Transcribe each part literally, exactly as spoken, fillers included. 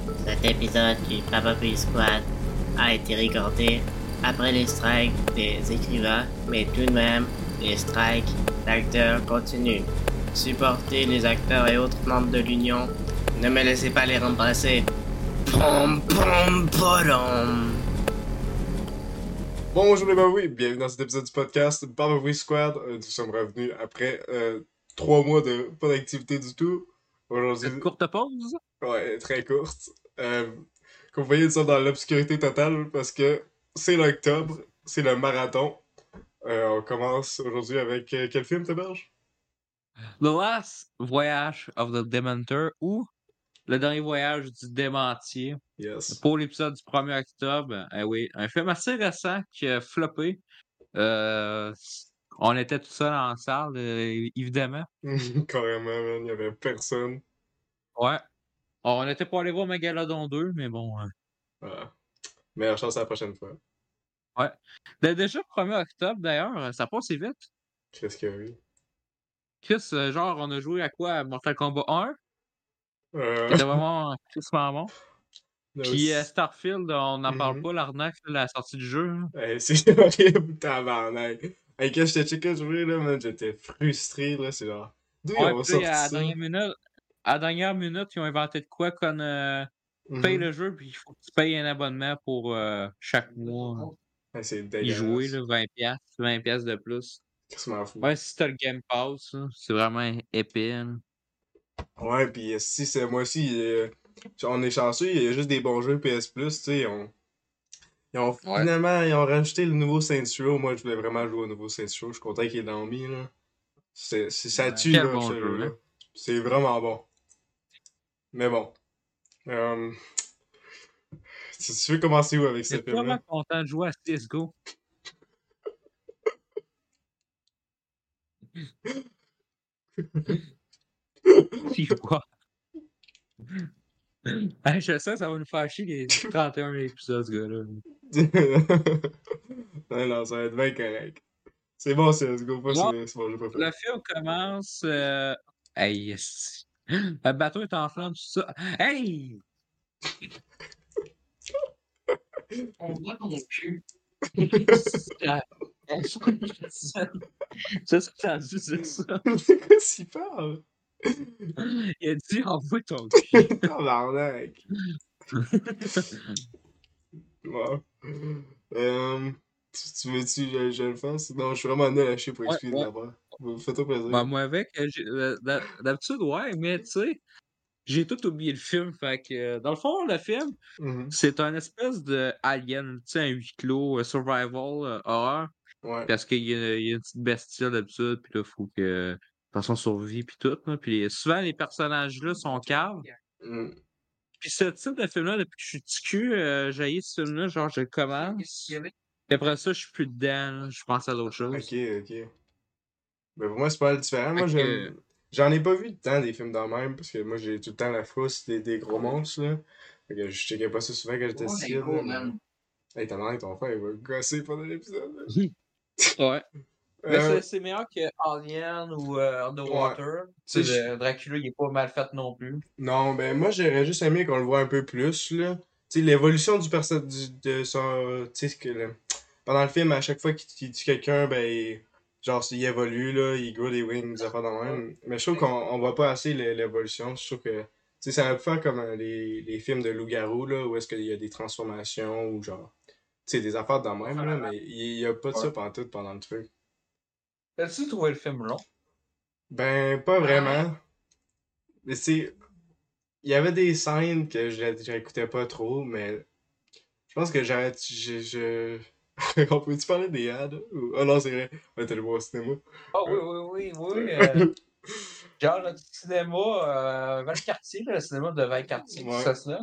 Cet épisode du Papa Puis Squad a été recordé après les strikes des écrivains, mais tout de même, les strikes d'acteurs continuent. Supportez les acteurs et autres membres de l'Union. Ne me laissez pas les remplacer. Pom pom podom. Bonjour les babouis, bienvenue dans cet épisode du podcast Babouis Squad. Euh, nous sommes revenus après euh, trois mois de pas d'activité du tout. Aujourd'hui, Cette courte pause? ouais, très courte. Euh, comme vous voyez, nous sommes dans l'obscurité totale parce que c'est l'octobre, c'est le marathon. Euh, on commence aujourd'hui avec euh, quel film, Théberge? The Last Voyage of the Dementor ou Le Dernier Voyage du Démentier. Yes. Pour l'épisode du premier octobre. Eh oui, un film assez récent qui a floppé. Euh, on était tout seul en salle, euh, évidemment. Carrément, man, il y avait personne. Ouais. On n'était pas allé voir Megalodon deux, mais bon. euh, Voilà. Meilleure chance à la prochaine fois. Ouais. Dé- Déjà, le premier octobre, d'ailleurs, ça passe vite. Qu'est-ce qu'il y a eu? Chris, euh, genre, on a joué à quoi? À Mortal Kombat un, Euh... qui était vraiment crissement bon. là Puis euh, aussi. Starfield, on n'en parle Mhm. pas, l'arnaque, la sortie du jeu. hein. Hey, c'est horrible, tabarnak. Hey, quand j'étais checké jouer, là, man, j'étais frustré, là, c'est genre... D'où ils Ouais, ont puis là, sorti à la ça? dernière minute, à la dernière minute, ils ont inventé de quoi qu'on euh, paye Mhm. le jeu, puis il faut que tu payes un abonnement pour euh, chaque mois Hey, c'est y jouer, dégueulasse. là, vingt piastres, vingt piastres de plus. Qu'est-ce que m'en fous? Ouais, si t'as le Game Pass, là, c'est vraiment épais. là. Ouais, pis euh, si c'est moi aussi, euh, on est chanceux, il y a juste des bons jeux P S Plus, tu sais, ils ont... Ils ont Ouais. finalement, ils ont rajouté le nouveau Saints Row. Moi, je voulais vraiment jouer au nouveau Saints Row. Je suis content qu'il est dans mi, là. C'est, c'est- ça tue, Quel là, bon ce jeu, jeu-là. hein? C'est vraiment bon. Mais bon. Euh, tu, tu veux commencer où avec ce J'étais film-là? vraiment content de jouer à C S G O. Puis quoi? Hey, je sais, ça va nous faire chier les trente et un épisodes, ce gars-là. non, non, ça va être bien correct. C'est bon, C S G O, pas Bon, c'est c'est mon jeu préféré. le film commence. Euh... Hey, yes. Le bateau est en flamme, tout ça. Hey! On voit ton cul. Ça, ça, c'est entendu, c'est ça. C'est quoi s'il parle? Il a dit, on voit ton cul. Tabarnak. Bon. Euh, tu, tu veux-tu que je, je le fasse? Non, je suis vraiment nul à chier pour Ouais, expliquer ouais. là-bas. Fais-toi plaisir. Ben, moi, avec, euh, j'ai- euh, d'hab- d'habitude, ouais, mais tu sais, j'ai tout oublié le film. Fait que, euh, dans le fond, le film, Mhm. c'est un espèce de alien, tu sais, un huis clos, euh, survival, euh, horror. Ouais. Parce qu'il y, a il y a une petite bestiole d'habitude, puis là, faut que. Façon survie, puis tout. Là. Puis souvent, les personnages-là sont caves. Mm. Puis ce type de film-là, depuis que je suis petit cul, euh, j'ai ce film-là, genre, je le commence. Puis après ça, je suis plus dedans, là, je pense à d'autres choses. Ok, ok. Mais pour moi, c'est pas mal différent. Moi, Fait que, j'aime. J'en ai pas vu tant des films dans le même, parce que moi, j'ai tout le temps la frousse des, des gros monstres, là. Fait que je checkais pas ça souvent quand j'étais petit. Là, mais... Hey, t'as l'air que ton frère, il va gosser pendant l'épisode. là. ouais. Mais Euh, c'est- c'est meilleur que Alien ou euh, Underwater. Tu sais, Tu sais, je- le Dracula, il est pas mal fait non plus. Non, ben moi j'aurais juste aimé qu'on le voit un peu plus là. Tu sais l'évolution du personnage de son tu sais ce que le- pendant le film à chaque fois qu'il qu'il tue quelqu'un ben il- genre il évolue là, il grow des wings, des affaires de même. Mais je trouve qu'on on voit pas assez l'é- l'évolution, je trouve que tu sais ça va faire comme euh, les, les films de loup-garou là où est-ce qu'il y a des transformations ou genre tu sais des affaires de même là, mais il y a pas de ça pendant tout pendant le truc. As-tu trouvé le film long? Ben pas vraiment. Mais c'est il y avait des scènes que je j'écoutais pas trop, mais je pense que j'arrête. Je, je... On peut-tu parler des ads? Ou... Oh non, c'est vrai. On était le voir au cinéma. Ah oui, oui, oui, oui. euh, genre, le cinéma, euh, Valcartier, le cinéma de Valcartier, Ouais. ça se nomme.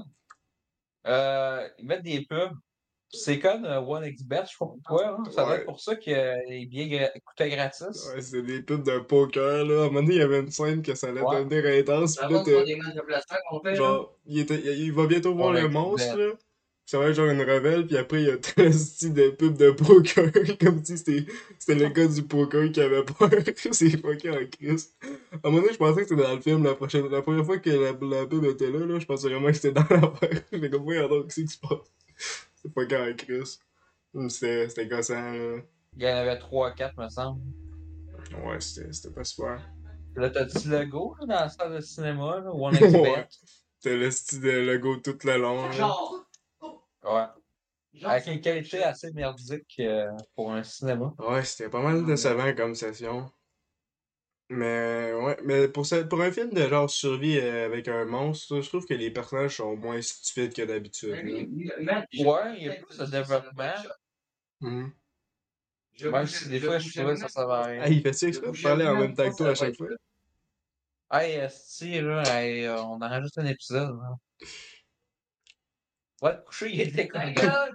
Euh, ils mettent des pubs. C'est comme euh, OneXBet, je sais pas pourquoi. Hein. Ça doit Ouais. être pour ça que euh, les billets gra- coûtaient gratis. Ouais, c'était des pubs de poker, là. À un moment donné, il y avait une scène que ça allait Ouais. devenir intense. Pis là, t'as- des matchs de placement qu'on fait, genre, il, était, il, il va bientôt voir On le a monstre, là. ça va être genre une rebelle, puis après, il y a tout le style de pub de poker, comme si c'était c'était le gars du poker qui avait peur. C'est fucké en crise. À un moment donné, je pensais que c'était dans le film, la prochaine, la première fois que la, la pub était là, là, je pensais vraiment que c'était dans l'affaire. J'étais comme, voyons donc, qu'est-ce qui se passe? C'est fucké en crise. Hum, C'était c'était gossant, là. Il y en avait trois quatre, me semble. Ouais, c'était c'était pas super. Là, t'as-tu le logo là, dans la salle de cinéma, là, Ouais. OneXBet? C'était le style de logo tout le long, là. Ouais. Avec une qualité assez merdique euh, pour un cinéma. Ouais, c'était pas mal décevant comme session. Mais ouais, mais pour, ça, pour un film de genre survie euh, avec un monstre, je trouve que les personnages sont moins stupides que d'habitude, là. Ouais, il y a plus de développement. Mhm. Même si des fois, je trouvais que ça servait à rien. Ah, il fait-tu exprès de parler en même temps que toi à chaque fois? Hey, esti, là, hey, euh, on en juste un épisode. Là. Ouais, coucher, il était comme ça.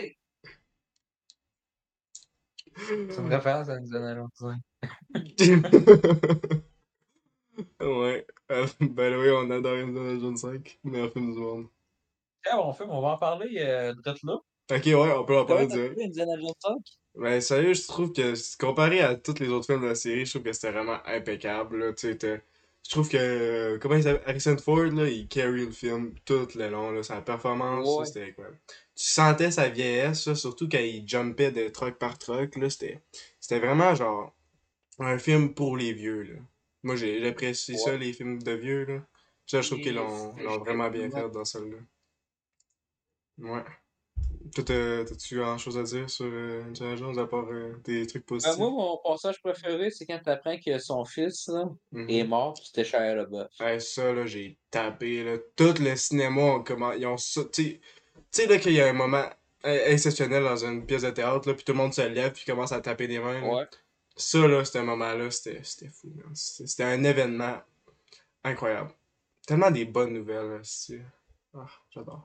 C'est une référence à Indiana Jones. Ouais. Euh, ben oui, on adore Indiana Jones cinq, meilleur film du monde. Très bon film, on va en parler euh, de là. Ok, ouais, on peut en Comment parler t'as direct. trouvé Indiana Jones cinq? Ben sérieux, je trouve que comparé à tous les autres films de la série, je trouve que c'était vraiment impeccable, là. Tu sais, t'as- je trouve que, euh, comment il s'appelle, Harrison Ford, là, il carry le film tout le long, là. Sa performance, ça, Ouais. c'était quoi. Tu sentais sa vieillesse, là, surtout quand il jumpait de truck par truck, là. C'était c'était vraiment, genre, un film pour les vieux, là. Moi, j'ai j'apprécie Ouais. ça, les films de vieux, là. Ça, je trouve qu'ils l'ont l'ont vraiment bien fait dans celle-là. Ouais. Toi, t'as- t'as-tu grand-chose à dire sur euh, Indiana Jones à part euh, des trucs Ben, positifs? moi, mon passage préféré, c'est quand t'apprends que son fils là, est Mhm. mort, puis c'était Shia LaBeouf. Hey, ça, là, j'ai tapé, là. Tout le cinéma, on comment, ils ont ça. Tu sais, tu sais, là, qu'il y a un moment euh, exceptionnel dans une pièce de théâtre, là, puis tout le monde se lève, puis commence à taper des mains, là. Ouais. Ça, là, ce moment-là, c'était c'était fou, man. C'était c'était un événement incroyable. Tellement des bonnes nouvelles, là, c'est... Ah, j'adore.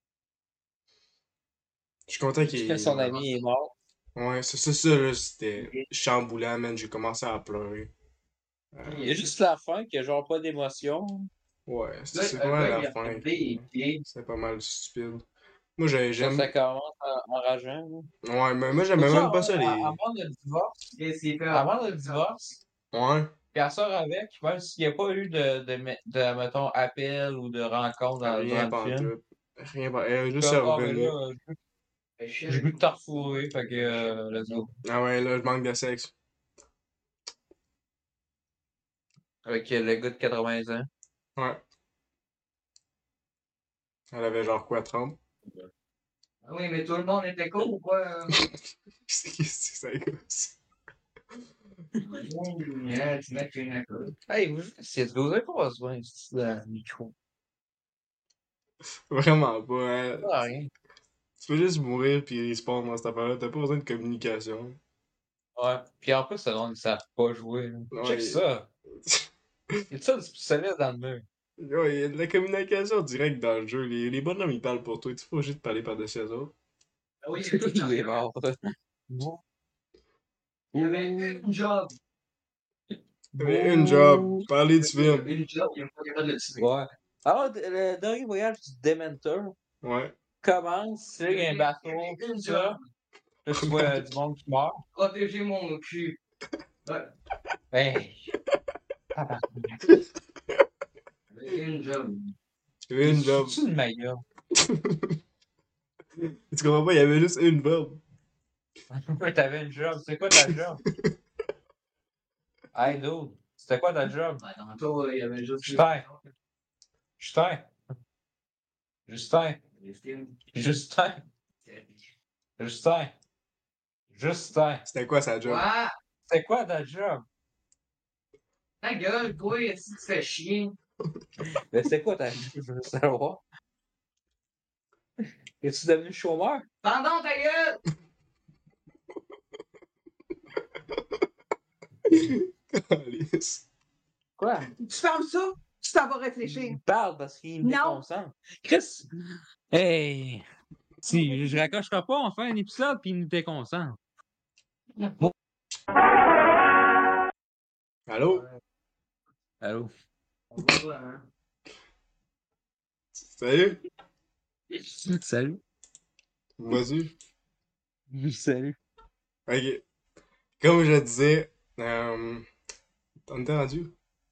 Je suis content qu'il Quand est... son Ouais, ami est mort. ouais c'est ça, ça, là, c'était chamboulant, man. J'ai commencé à pleurer. Euh, Il y a juste la fin qui a genre pas d'émotion. ouais, c'est c'est pas mal la fin. qui- C'est pas mal stupide. Moi, j'ai- Ça, j'aime... ça commence en- enrageant. Là. Ouais, mais moi, j'aimais Surtout même pas avant, ça, à- les... avant le divorce. Avant le divorce, Ouais, puis elle sort avec, même s'il n'y a pas eu de, de, de, de, mettons, appel ou de rencontre dans, rien durant le film. pantoute. Rien pas... Elle est juste Comme, ah, ben revenue. là, euh, j'ai le goût de te refourrer, fait que, euh, let's go. Ah ouais, là, je manque de sexe. Avec euh, le gars de quatre-vingts ans. Ouais. Elle avait genre quoi, trente? Ah oui, mais tout le monde était cool ou quoi? Qu'est-ce que c'est ça, gosse? Yeah, tu mets une école. Hey, vous c'est de vous pas besoin de micro. Vraiment pas, hein. Pas rien. Tu peux juste mourir puis respawn dans cette affaire-là. T'as pas besoin de communication. Ouais. Puis en plus, le monde, ils savent pas jouer. Là. Check Ouais. ça. Il y a ça du solide dans le mur. Ouais, il y a de la communication directe dans le jeu. Les, les bonhommes, ils parlent pour toi. Tu pas obligé de parler par-dessus eux autres. Ah oui, il est mort. Bon. Il y avait une job. Mais une job, parler du film. Une job, il n'y a pas capable de le tuer. Ouais. Alors, le dernier voyage du Dementor Ouais. commence, tu sais, il y a un bateau, tout ça. Là, tu vois euh, du monde qui meurt. Protéger mon cul. Ouais. Hey. Une job. Une job. C'est une meilleure. Tu comprends pas, il y avait juste une verbe. T'avais une job. C'est quoi ta job? Hey, dude. C'était quoi ta job? Ben, tantôt, il y avait juste. Justin. Justin. Justin. Justin. Justin. Justin. C'était quoi sa job? Ouais. C'était quoi ta job? Ta gueule, toi, est-ce que tu fais chier? Mais c'est quoi ta job? Je veux savoir. Es-tu devenu chômeur? Pardon, ta gueule! Calice. Quoi? Tu fermes ça, tu t'en vas réfléchir. Il parle parce qu'il me Non. déconcentre. Chris! Hey! Si, je raccrocherai pas, on fait un épisode puis il me déconcentre. Allô? Allô? Salut? Salut? Vas-y. Salut. Ok. Comme je disais, euh, t'en étais rendu?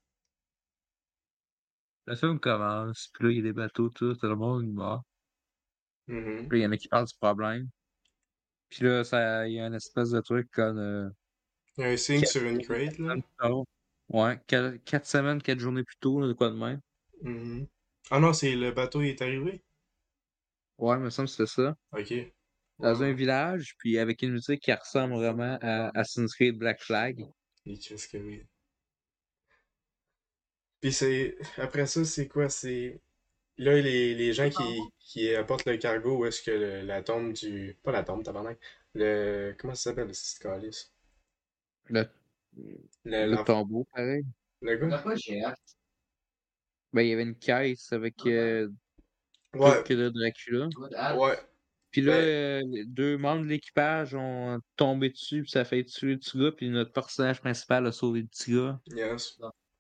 Le film commence, puis là, il y a des bateaux, tout, tout le monde il meurt. Mhm. Puis là, il y en a qui parlent du problème. Puis là, ça, il y a une espèce de truc comme euh, Il y a un signe quatre sur une crate, là. semaines plus tard. Ouais, quatre, quatre semaines, quatre journées plus tôt, là, de quoi de même. Mhm. Ah non, c'est le bateau, il est arrivé? Ouais, il me semble que c'était ça. Ok. Ouais, Dans un ouais. village, puis avec une musique qui ressemble vraiment à Assassin's Creed Black Flag. Et qu'est-ce que oui. Puis c'est. Après ça, c'est quoi? C'est. Là, les, les gens qui, qui apportent le cargo, où est-ce que le- la tombe du. Pas la tombe, tabarnak. Le. Comment ça s'appelle, le site calice? Le, Le, le l'enf- tombeau, pareil. le gars? Ben, il y avait une caisse avec euh, tout Ouais, que de Dracula. ouais. Puis là, Ben, euh, les deux membres de l'équipage ont tombé dessus, puis ça fait tuer le petit gars, puis notre personnage principal a sauvé le petit gars. yes.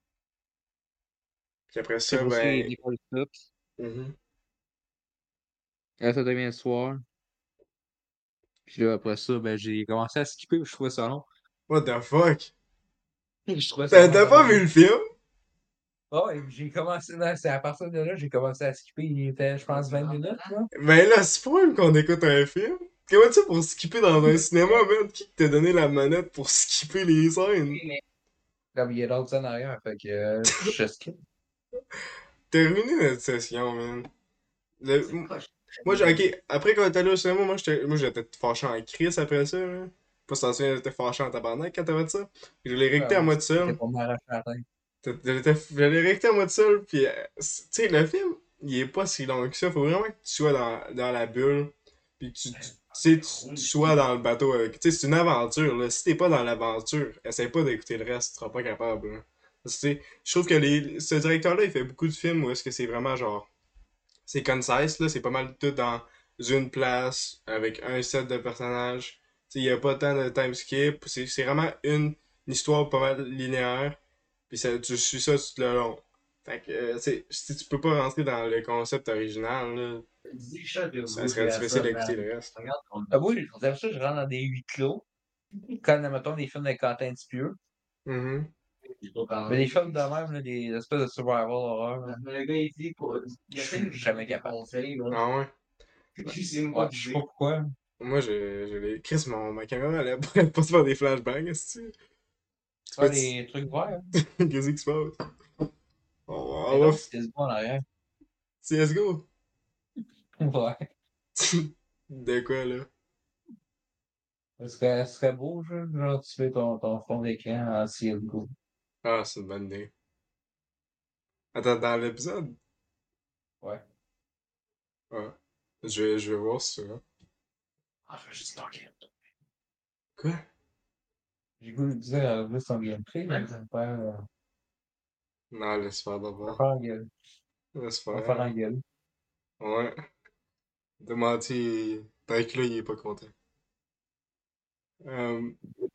Puis après Puis ça, après ça, il ben. décolle ça, puis Mhm. là, ça devient le soir. Puis là, après ça, ben, j'ai commencé à skipper, puis je trouvais ça long. What the fuck? Je trouvais ça T'as long, t'as pas vu tabarnak. le film? Ah ouais, j'ai commencé, non, c'est à partir de là, j'ai commencé à skipper, il était, je pense, vingt minutes, là. Ben là, c'est pas même qu'on écoute un film. Comment tu fais pour skipper dans un cinéma, man? Qui t'a donné la manette pour skipper les scènes? Comme il y a d'autres en arrière, fait que euh, je skip. T'as ruiné notre session, man. Le- Moi, j'ai, ok, après quand t'es allé au cinéma, moi j'étais moi, j'étais fâché en crise après ça, là. Pas si t'en souviens, j'étais fâché en tabarnak quand t'avais fait ça. Je l'ai réécouté Ah à oui, moi tout c'était seul. pour m'arracher la tête. T'as- j'étais- Je l'ai réécouté à moi tout seul, puis, euh, c- tu sais, le film, il est pas si long que ça. Faut vraiment que tu sois dans, dans la bulle, puis que tu, tu, tu sais, tu, tu sois dans le bateau avec. Tu sais, c'est une aventure, là. Si t'es pas dans l'aventure, essaye pas d'écouter le reste, tu seras pas capable, là. Parce que, tu sais, je trouve que les, ce directeur-là, il fait beaucoup de films où est-ce que c'est vraiment genre c'est concise, là, c'est pas mal tout dans une place, avec un set de personnages. Il n'y a pas tant de time skip, c'est c'est vraiment une, une histoire pas mal linéaire, puis ça, tu suis ça tout le long. Fait que, euh, tu sais, si tu peux pas rentrer dans le concept original, là, ça serait difficile d'écouter le reste. Ah oui, j'aime ça, je rentre dans des huis clos. Comme, mettons, des films de Quentin Dupieux. Mhm. Mais les films de même, là, des espèces de survival horror, là, je suis jamais capable. Ah ouais? Ouais, je sais pas pourquoi. Moi, je, je l'ai. Chris, mon, ma caméra, elle pourrait pas se faire des flashbangs, est-ce que tu tu Pas peux. des trucs verts. Qu'est-ce qui se passe? On va. Mais On non, va. c'est bon en arrière. C S G O! Ouais. De quoi, là? Ce serait, ce serait beau, genre, genre, tu fais ton, ton fond d'écran en C S G O. Ah, c'est une bonne idée. Attends, dans l'épisode? Ouais. Ah. Je vais, je vais voir ça. Ah, je vais juste talker. Quoi? J'ai goût de dire, euh, juste son gameplay, mais ça va faire, euh, Non, laisse faire ça va d'abord. faire engueuler. Laisse Ça va faire faire. engueuler. Ouais. De mentir, tant que là, il est pas content. Euh...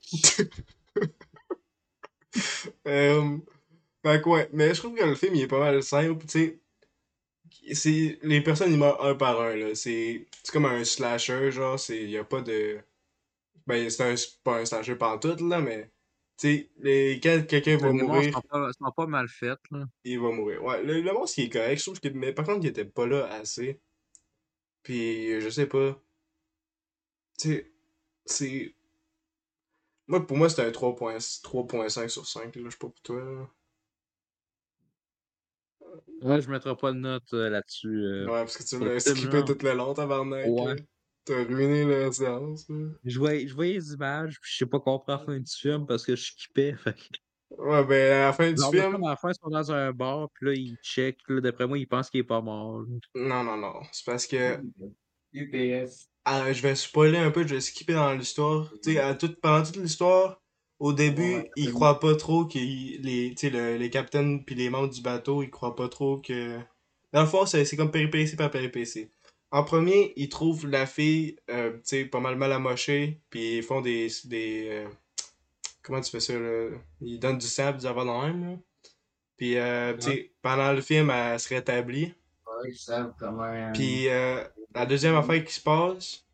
euh... Fait que ouais, mais je trouve que le film, il est pas mal simple, tu sais. C'est... Les personnes, ils meurent un par un, là. C'est c'est comme un slasher, genre, c'est... Y a pas de... Ben, c'est un... c'est pas un slasher pantoute, là, mais... Tu sais, les... quand quelqu'un va Les morts mourir, sont pas, sont pas mal faites, là. il va mourir. Ouais, le, le monstre, il est correct, je trouve que... Mais par contre, il était pas là assez. Puis, je sais pas. Tu sais, c'est... Moi, pour moi, c'était un trois point cinq sur cinq, là, je sais pas pour toi, là. Ouais, je mettrai pas de note euh, là-dessus. euh, Ouais, parce que tu pour le l'as film, skippé là. tout le long, tabarnak. Ouais. euh. T'as ruiné la séance, là. Je voyais, je voyais les images, puis je sais pas quoi faire à la fin du film parce que je skippais. Fait que... Ouais, ben, à la fin du Genre, mettons, film... à la fin, ils sont dans un bar, puis là, ils checkent. Là, d'après moi, ils pensent qu'il est pas mort. Là. Non, non, non. C'est parce que... U P S. Ah, je vais spoiler un peu, je vais skipper dans l'histoire. Tu sais, à toute- pendant toute l'histoire, au début, ils croient pas trop que les, tu sais, le- les capitaines puis les membres du bateau, ils croient pas trop que... Dans le fond, c'est c'est comme péripétie par péripétie. En premier, ils trouvent la fille, euh, tu sais, pas mal mal amochée, puis ils font des... des euh, comment tu fais ça, là? Ils donnent du sang, pis du avant dans le même, là. Puis, euh, tu sais, pendant le film, elle se rétablit. Ouais, ils savent comment. Puis, euh, la deuxième affaire qui se passe,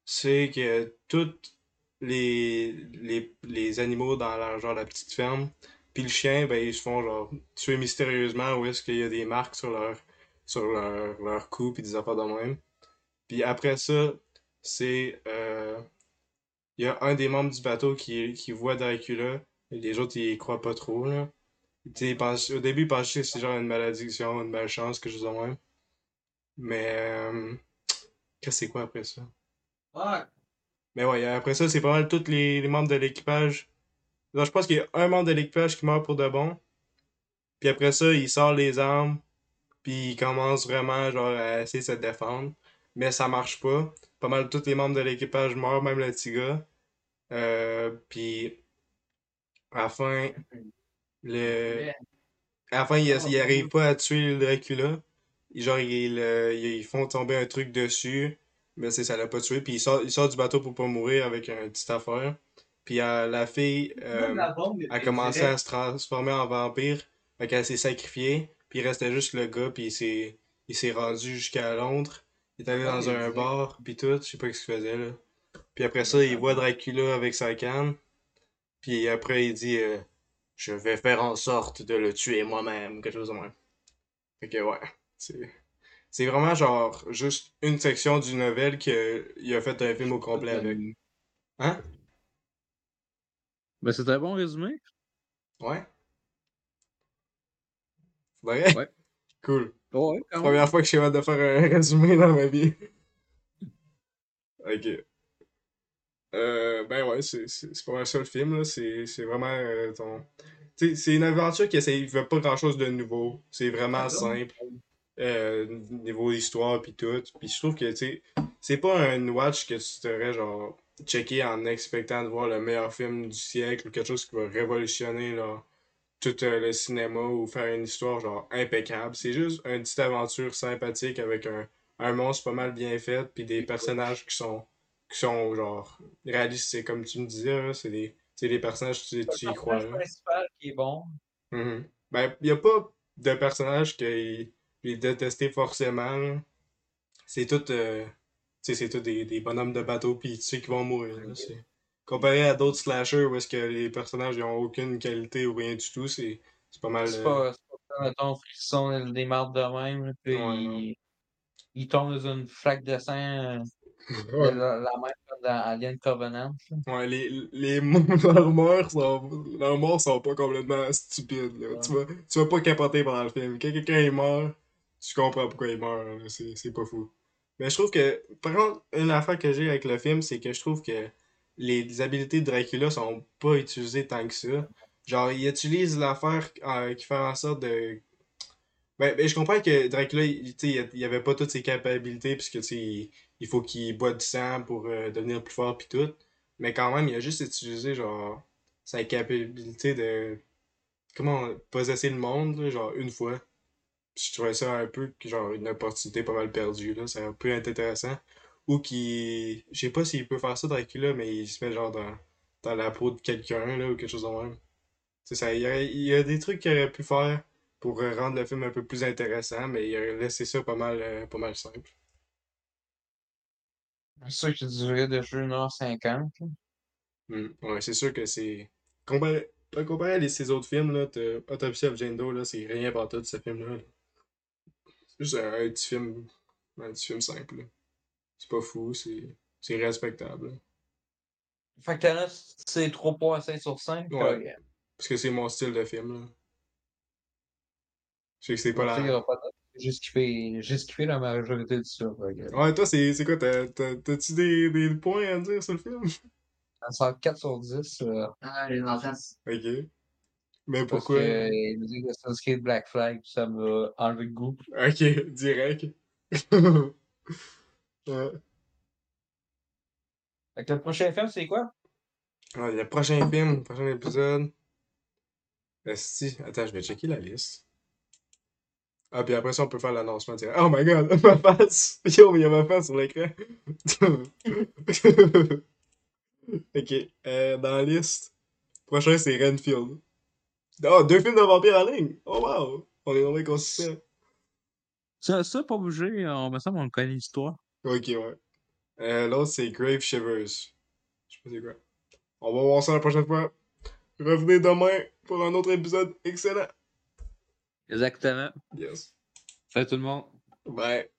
c'est que tous les, les, les animaux dans leur, genre, la petite ferme, puis le chien, ben, ils se font genre tuer mystérieusement ou est-ce qu'il y a des marques sur leur, sur leur, leur cou, puis des affaires de même. Puis après ça, c'est. euh, Il y a un des membres du bateau qui, qui voit Dracula, et les autres, ils y croient pas trop, là. Tu sais, ils pensent- au début, ils pensent que c'est genre une malédiction, une malchance, quelque chose de même. Mais. euh, Qu'est-ce que c'est quoi après ça? Ouais. Mais ouais, après ça, c'est pas mal tous les, les membres de l'équipage. Non, je pense qu'il y a un membre de l'équipage qui meurt pour de bon. Puis après ça, il sort les armes. Puis il commence vraiment genre à essayer de se défendre. Mais ça marche pas. Pas mal tous les membres de l'équipage meurent, même le petit gars. Euh, puis à la fin, le... à la fin, il, il arrive pas à tuer le Dracula. Genre, il, euh, ils font tomber un truc dessus. Mais c'est ça l'a pas tué. Puis il sort, il sort du bateau pour pas mourir avec une petite affaire. Puis euh, la fille euh, a commencé à se transformer en vampire. Fait qu'elle s'est sacrifiée. Puis il restait juste le gars. Puis il s'est, il s'est rendu jusqu'à Londres. Il est allé dans un bar. Puis tout. Je sais pas ce qu'il faisait là. Puis après ça, il voit Dracula avec sa canne. Puis après, il dit euh, je vais faire en sorte de le tuer moi-même. Quelque chose de même. Fait que ouais. C'est, c'est vraiment genre juste une section du novel qu'il a fait un film au complet avec. Hein? Ben, c'est un bon résumé. Ouais? Ouais? Ouais. Cool. Ouais, quand même. Première fois que je suis capable de faire un résumé dans ma vie. Ok. Euh, ben ouais, c'est c'est- c'est pas mal ça le film, là. C'est c'est vraiment euh, ton. Tu sais, c'est une aventure qui essaye, veut pas grand chose de nouveau. C'est vraiment simple. Euh, niveau histoire pis tout. Puis je trouve que, tu sais, c'est pas un watch que tu t'aurais, genre, checké en expectant de voir le meilleur film du siècle ou quelque chose qui va révolutionner, là, tout euh, le cinéma ou faire une histoire, genre, impeccable. C'est juste une petite aventure sympathique avec un, un monstre pas mal bien fait puis des personnages qui sont, qui sont, genre, réalistes. C'est comme tu me disais, là, c'est des, c'est des personnages, tu, Le tu y crois, personnage là. principal qui est bon. Mhm. Ben, y a pas de personnage que j'ai détesté forcément, là. C'est tout, euh, tu sais, c'est tout des, des bonhommes de bateau puis tu sais qu'ils vont mourir, là. C'est... Comparé à d'autres slashers où est-ce que les personnages ils ont aucune qualité ou rien du tout, c'est, c'est pas mal. C'est euh, pas, c'est pas ça, mettons, frisson, des mardes de même, là, puis Ouais, non. il, il tombe dans une flaque de sang, euh, de Ouais, la, la même comme dans Alien Covenant. là. ouais, les, les leurs morts sont, leurs morts sont pas complètement stupides, là. Tu Ouais. vas, tu vas pas capoter pendant le film. Quand quelqu'un est mort, tu comprends pourquoi il meurt, là. C'est, c'est pas fou. Mais je trouve que, par contre, une affaire que j'ai avec le film, c'est que je trouve que les habilités de Dracula sont pas utilisées tant que ça. Genre, il utilise l'affaire euh, qui fait en sorte de. Ben, ben, je comprends que Dracula, il, tu sais, il avait pas toutes ses capacités, puisque tu sais, il, il faut qu'il boit du sang pour euh, devenir plus fort pis tout. Mais quand même, il a juste utilisé, genre, sa capacité de. Comment possesser le monde, là, genre, une fois. Puis je trouvais ça un peu, genre, une opportunité pas mal perdue, là. C'est un peu intéressant. Ou qui. Je sais pas s'il peut faire ça, Dracula, mais il se met, genre, dans, dans la peau de quelqu'un, là, ou quelque chose de même. C'est ça, il y a, il y a des trucs qu'il aurait pu faire pour euh, rendre le film un peu plus intéressant, mais il a laissé ça pas mal, euh, pas mal simple. C'est sûr qu'il durait de jeu une heure cinquante. là. Hmm. Ouais, c'est sûr que c'est. Comparé, euh, comparé à les- ces autres films, là, t'as Autopsy of Jane Doe, là, c'est rien par tout, ce film-là. là. C'est juste un, un petit film. Un petit film simple. là. C'est pas fou, c'est c'est respectable. là. Fait que là, c'est trois point cinq sur cinq. Ouais, parce que c'est mon style de film. Là. Je sais que c'est pas Moi, tu sais, il y la. aura pas de... J'ai skippé, j'ai skippé la majorité de ça. Fait que, Ouais, toi, c'est c'est quoi, t'as- t'as- t'as-tu des, des points à dire sur le film? ça sort quatre sur dix. euh, Ah, les enfants. Ok. Mais parce pourquoi? que euh, il me dit que c'est Skate Black Flag, puis ça m'a enlevé le goût. Ok, direct. Ouais. Fait que le prochain film, c'est quoi? Ouais, le prochain film, le prochain épisode. Esti, attends, je vais checker la liste. Ah, puis après ça, on peut faire l'annoncement direct. Oh my god, ma face! Yo, mais il y a ma face sur l'écran. Ok, euh, dans la liste, prochain c'est Renfield. Oh, deux films de vampires en ligne! Oh wow! On est vraiment consistant. Ça, ça, pas bouger, on me semble qu'on connaît l'histoire. Ok, ouais. Euh, L'autre, c'est Grave Shivers. Je sais pas c'est quoi. On va voir ça la prochaine fois. Revenez demain pour un autre épisode excellent. Exactement. Yes. Salut tout le monde. Bye.